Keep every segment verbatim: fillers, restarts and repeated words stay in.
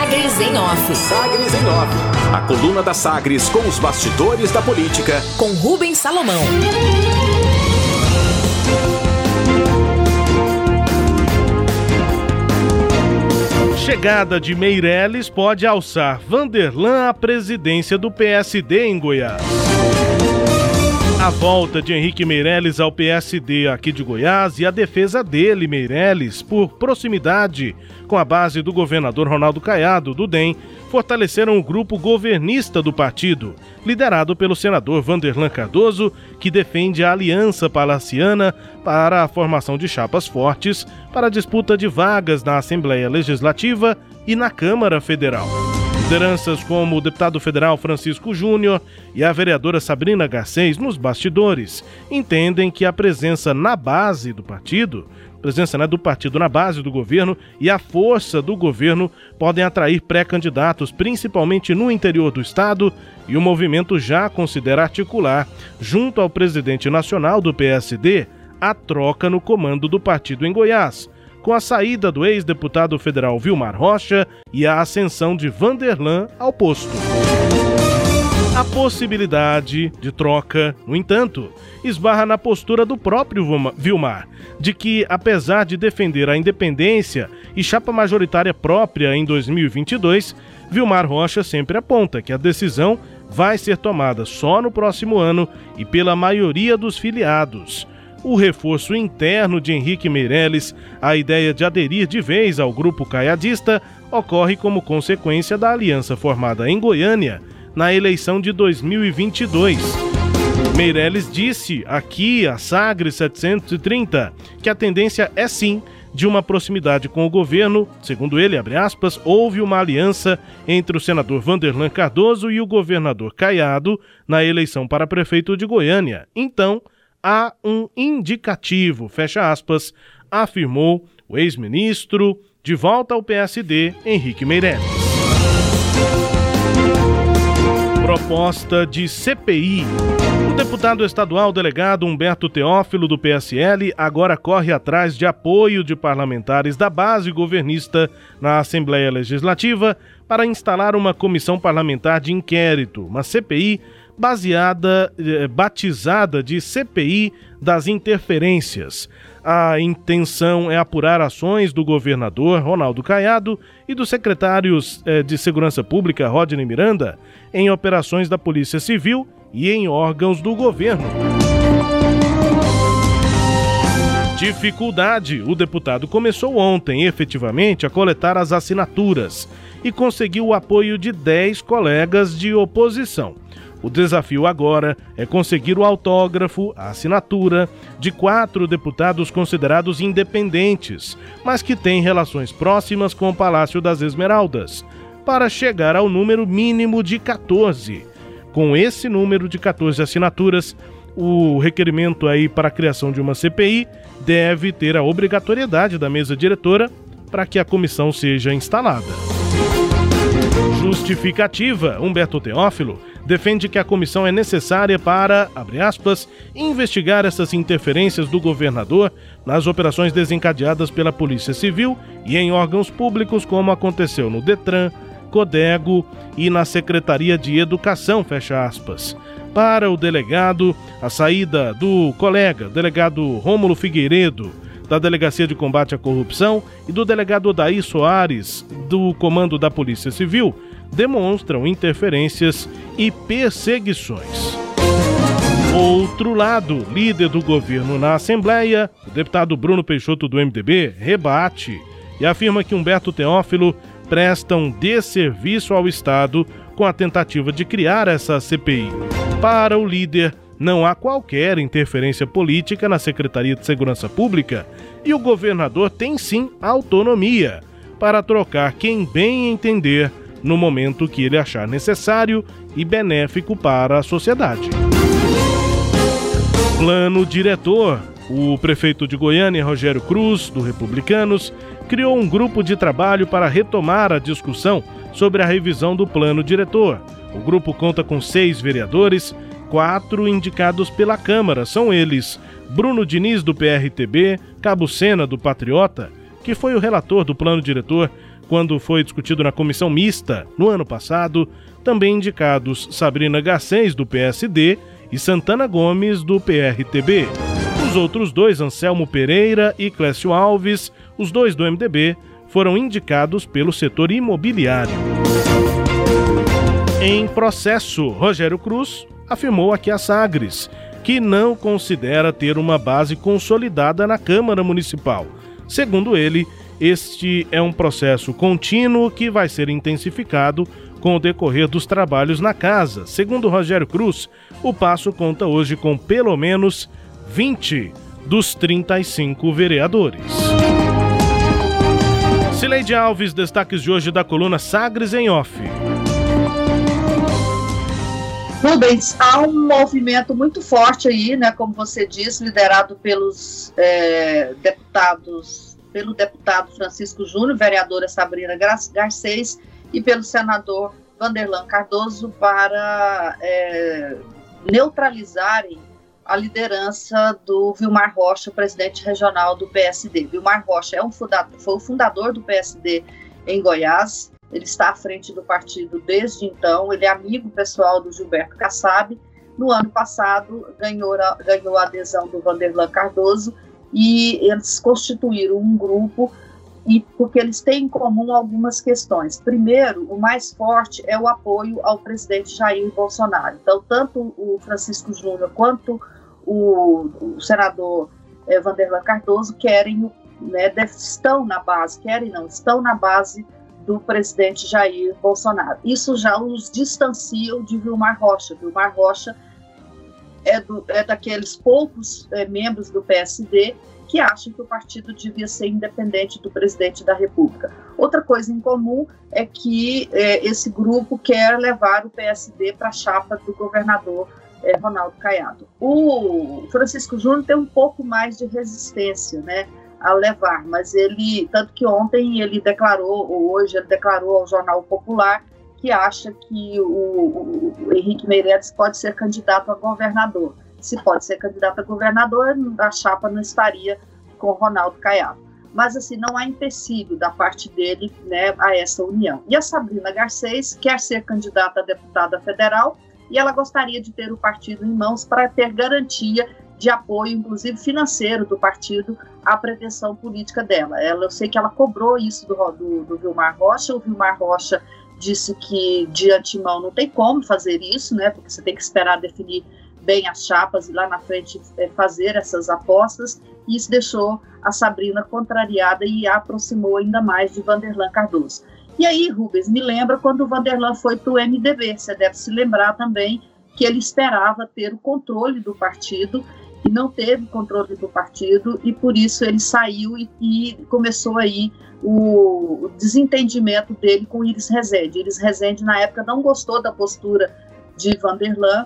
Sagres em Off. Sagres em Off. A coluna da Sagres com os bastidores da política. Com Rubens Salomão. Chegada de Meirelles pode alçar Vanderlan à presidência do P S D em Goiás. A volta de Henrique Meirelles ao P S D aqui de Goiás e a defesa dele, Meirelles, por proximidade com a base do governador Ronaldo Caiado, do D E M, fortaleceram o grupo governista do partido, liderado pelo senador Vanderlan Cardoso, que defende a aliança palaciana para a formação de chapas fortes para a disputa de vagas na Assembleia Legislativa e na Câmara Federal. Lideranças como o deputado federal Francisco Júnior e a vereadora Sabrina Garcês, nos bastidores, entendem que a presença na base do partido, presença né, do partido na base do governo e a força do governo podem atrair pré-candidatos, principalmente no interior do estado, e o movimento já considera articular, junto ao presidente nacional do P S D, a troca no comando do partido em Goiás, com a saída do ex-deputado federal Vilmar Rocha e a ascensão de Vanderlan ao posto. A possibilidade de troca, no entanto, esbarra na postura do próprio Vilmar, de que, apesar de defender a independência e chapa majoritária própria em dois mil e vinte e dois, Vilmar Rocha sempre aponta que a decisão vai ser tomada só no próximo ano e pela maioria dos filiados. O reforço interno de Henrique Meirelles, a ideia de aderir de vez ao grupo caiadista, ocorre como consequência da aliança formada em Goiânia na eleição de dois mil e vinte e dois. Meirelles disse aqui a Sagres setecentos e trinta que a tendência é sim de uma proximidade com o governo. Segundo ele, abre aspas, houve uma aliança entre o senador Vanderlan Cardoso e o governador Caiado na eleição para prefeito de Goiânia. Então, há um indicativo, fecha aspas, afirmou o ex-ministro de volta ao P S D, Henrique Meirelles. Proposta de C P I. O deputado estadual delegado Humberto Teófilo, do P S L, agora corre atrás de apoio de parlamentares da base governista na Assembleia Legislativa para instalar uma comissão parlamentar de inquérito, uma C P I, baseada, eh, batizada de C P I das interferências. A intenção é apurar ações do governador Ronaldo Caiado e dos secretários eh, de Segurança Pública Rodney Miranda em operações da Polícia Civil e em órgãos do governo. Dificuldade. O deputado começou ontem, efetivamente, a coletar as assinaturas e conseguiu o apoio de dez colegas de oposição. O desafio agora é conseguir o autógrafo, a assinatura, de quatro deputados considerados independentes, mas que têm relações próximas com o Palácio das Esmeraldas, para chegar ao número mínimo de quatorze. Com esse número de quatorze assinaturas, o requerimento aí para a criação de uma C P I deve ter a obrigatoriedade da mesa diretora para que a comissão seja instalada. Justificativa. Humberto Teófilo defende que a comissão é necessária para, abre aspas, investigar essas interferências do governador nas operações desencadeadas pela Polícia Civil e em órgãos públicos, como aconteceu no Detran, Codego e na Secretaria de Educação, fecha aspas. Para o delegado, a saída do colega, delegado Rômulo Figueiredo, da Delegacia de Combate à Corrupção, e do delegado Odair Soares, do Comando da Polícia Civil, demonstram interferências e perseguições. Outro lado, líder do governo na Assembleia, o deputado Bruno Peixoto, do M D B, rebate e afirma que Humberto Teófilo presta um desserviço ao Estado com a tentativa de criar essa C P I. Para o líder, não há qualquer interferência política na Secretaria de Segurança Pública e o governador tem sim autonomia para trocar quem bem entender no momento que ele achar necessário e benéfico para a sociedade. Plano diretor. O prefeito de Goiânia, Rogério Cruz, do Republicanos, criou um grupo de trabalho para retomar a discussão sobre a revisão do plano diretor. O grupo conta com seis vereadores, quatro indicados pela Câmara. São eles Bruno Diniz, do P R T B, Cabo Sena, do Patriota, que foi o relator do plano diretor, quando foi discutido na comissão mista no ano passado, também indicados Sabrina Garcês, do P S D, e Santana Gomes, do P R T B. Os outros dois, Anselmo Pereira e Clécio Alves, os dois do M D B, foram indicados pelo setor imobiliário. Em processo, Rogério Cruz afirmou aqui a Sagres que não considera ter uma base consolidada na Câmara Municipal. Segundo ele, este é um processo contínuo que vai ser intensificado com o decorrer dos trabalhos na casa. Segundo Rogério Cruz, o Paço conta hoje com pelo menos vinte dos trinta e cinco vereadores. Cileide Alves, destaques de hoje da coluna Sagres em Off. Rubens, há um movimento muito forte aí, né, como você disse, liderado pelos é, deputados, pelo deputado Francisco Júnior, vereadora Sabrina Garcês e pelo senador Vanderlan Cardoso para é, neutralizarem a liderança do Vilmar Rocha, presidente regional do P S D. Vilmar Rocha é um fundador, foi o fundador do P S D em Goiás. Ele está à frente do partido desde então, ele é amigo pessoal do Gilberto Kassab. No ano passado, ganhou a, ganhou a adesão do Vanderlan Cardoso e eles constituíram um grupo e, porque eles têm em comum algumas questões. Primeiro, o mais forte é o apoio ao presidente Jair Bolsonaro. Então, tanto o Francisco Júnior quanto o, o senador eh, Vanderlan Cardoso querem, né, estão na base, querem não, estão na base do presidente Jair Bolsonaro. Isso já os distancia de Vilmar Rocha. Vilmar Rocha é, do, é daqueles poucos é, membros do P S D que acham que o partido devia ser independente do presidente da República. Outra coisa em comum é que é, esse grupo quer levar o P S D para a chapa do governador é, Ronaldo Caiado. O Francisco Júnior tem um pouco mais de resistência, né, a levar, mas ele, tanto que ontem ele declarou, ou hoje ele declarou ao Jornal Popular, que acha que o, o, o Henrique Meirelles pode ser candidato a governador. Se pode ser candidato a governador, a chapa não estaria com Ronaldo Caiado. Mas, assim, não há empecilho da parte dele, né, a essa união. E a Sabrina Garcês quer ser candidata a deputada federal e ela gostaria de ter o partido em mãos para ter garantia de apoio, inclusive financeiro, do partido à pretensão política dela. Ela, eu sei que ela cobrou isso do, do, do Vilmar Rocha. O Vilmar Rocha disse que de antemão não tem como fazer isso, né, porque você tem que esperar definir bem as chapas e lá na frente é, fazer essas apostas, e isso deixou a Sabrina contrariada e a aproximou ainda mais de Vanderlan Cardoso. E aí, Rubens, me lembra quando o Vanderlan foi para o M D B, você deve se lembrar também que ele esperava ter o controle do partido e não teve controle do partido, e por isso ele saiu e, e começou aí o, o desentendimento dele com Iris Rezende. Iris Rezende, na época, não gostou da postura de Vanderlan,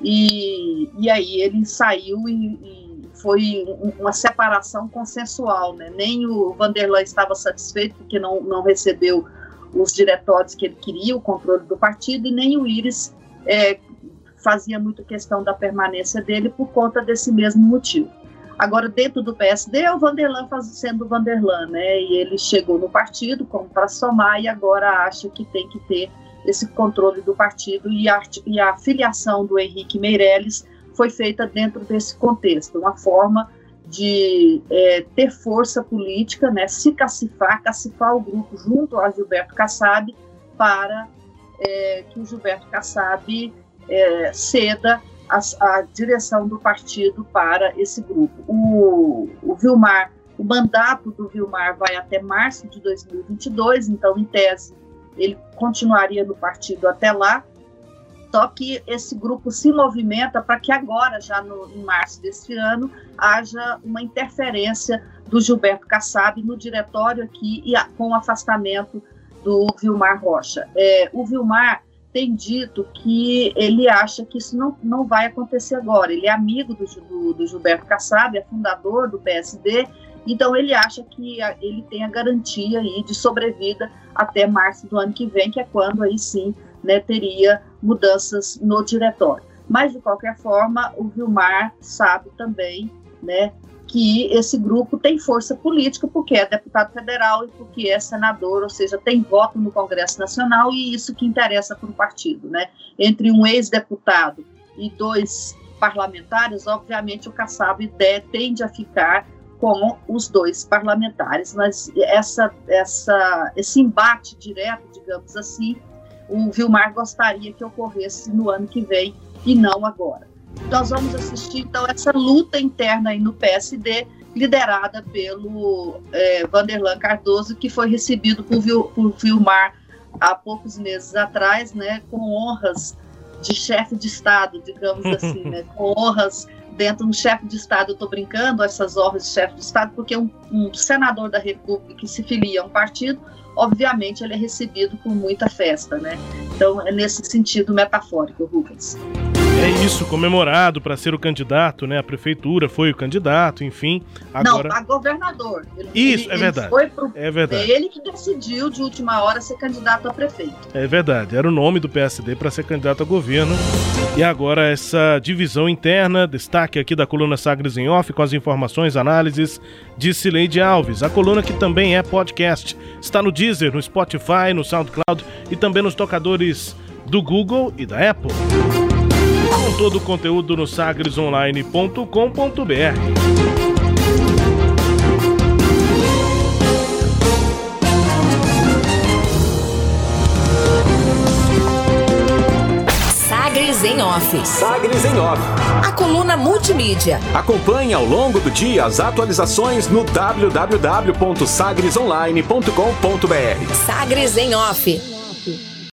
e, e aí ele saiu e, e foi uma separação consensual, né? Nem o Vanderlan estava satisfeito porque não, não recebeu os diretórios que ele queria, o controle do partido, e nem o Iris é, fazia muito questão da permanência dele por conta desse mesmo motivo. Agora, dentro do P S D, é o Vanderlan sendo o Vanderlan, né? E ele chegou no partido como para somar e agora acha que tem que ter esse controle do partido, e a, e a filiação do Henrique Meirelles foi feita dentro desse contexto, uma forma de é, ter força política, né? Se cacifar, cacifar o grupo junto ao Gilberto Kassab para é, que o Gilberto Kassab É, ceda a, a direção do partido para esse grupo. O, o Vilmar, o mandato do Vilmar vai até março de dois mil e vinte e dois, então, em tese, ele continuaria no partido até lá, só que esse grupo se movimenta para que agora, já no, em março deste ano, haja uma interferência do Gilberto Kassab no diretório aqui e a, com o afastamento do Vilmar Rocha. É, o Vilmar tem dito que ele acha que isso não, não vai acontecer agora. Ele é amigo do, do, do Gilberto Kassab, é fundador do P S D, então ele acha que a, ele tem a garantia aí de sobrevida até março do ano que vem, que é quando aí sim, né, teria mudanças no diretório. Mas, de qualquer forma, o Vilmar sabe também, né, que esse grupo tem força política porque é deputado federal e porque é senador, ou seja, tem voto no Congresso Nacional, e isso que interessa para o partido, né? Entre um ex-deputado e dois parlamentares, obviamente o Kassab tende a ficar com os dois parlamentares, mas essa, essa, esse embate direto, digamos assim, o Vilmar gostaria que ocorresse no ano que vem e não agora. Nós vamos assistir, então, essa luta interna aí no P S D, liderada pelo é, Vanderlan Cardoso, que foi recebido por, Vil, por Vilmar há poucos meses atrás, né, com honras de chefe de Estado, digamos assim, né, com honras dentro do chefe de Estado. Eu estou brincando, essas honras de chefe de Estado, porque um, um senador da República que se filia a um partido, obviamente ele é recebido com muita festa, né? Então é nesse sentido metafórico, Rubens. É isso, comemorado para ser o candidato, né? A prefeitura foi o candidato, enfim. Agora... Não, a governador. Ele, isso, ele, é verdade. Foi pro... É verdade. Ele que decidiu de última hora ser candidato a prefeito. É verdade, era o nome do P S D para ser candidato a governo. E agora essa divisão interna, destaque aqui da coluna Sagres em Off, com as informações, análises de Cileide Alves. A coluna que também é podcast, está no Deezer, no Spotify, no SoundCloud e também nos tocadores do Google e da Apple. Com todo o conteúdo no sagres online ponto com ponto b r. Sagres em Off. Sagres em Off. A coluna multimídia. Acompanhe ao longo do dia as atualizações no w w w ponto sagres online ponto com ponto b r. Sagres em Off.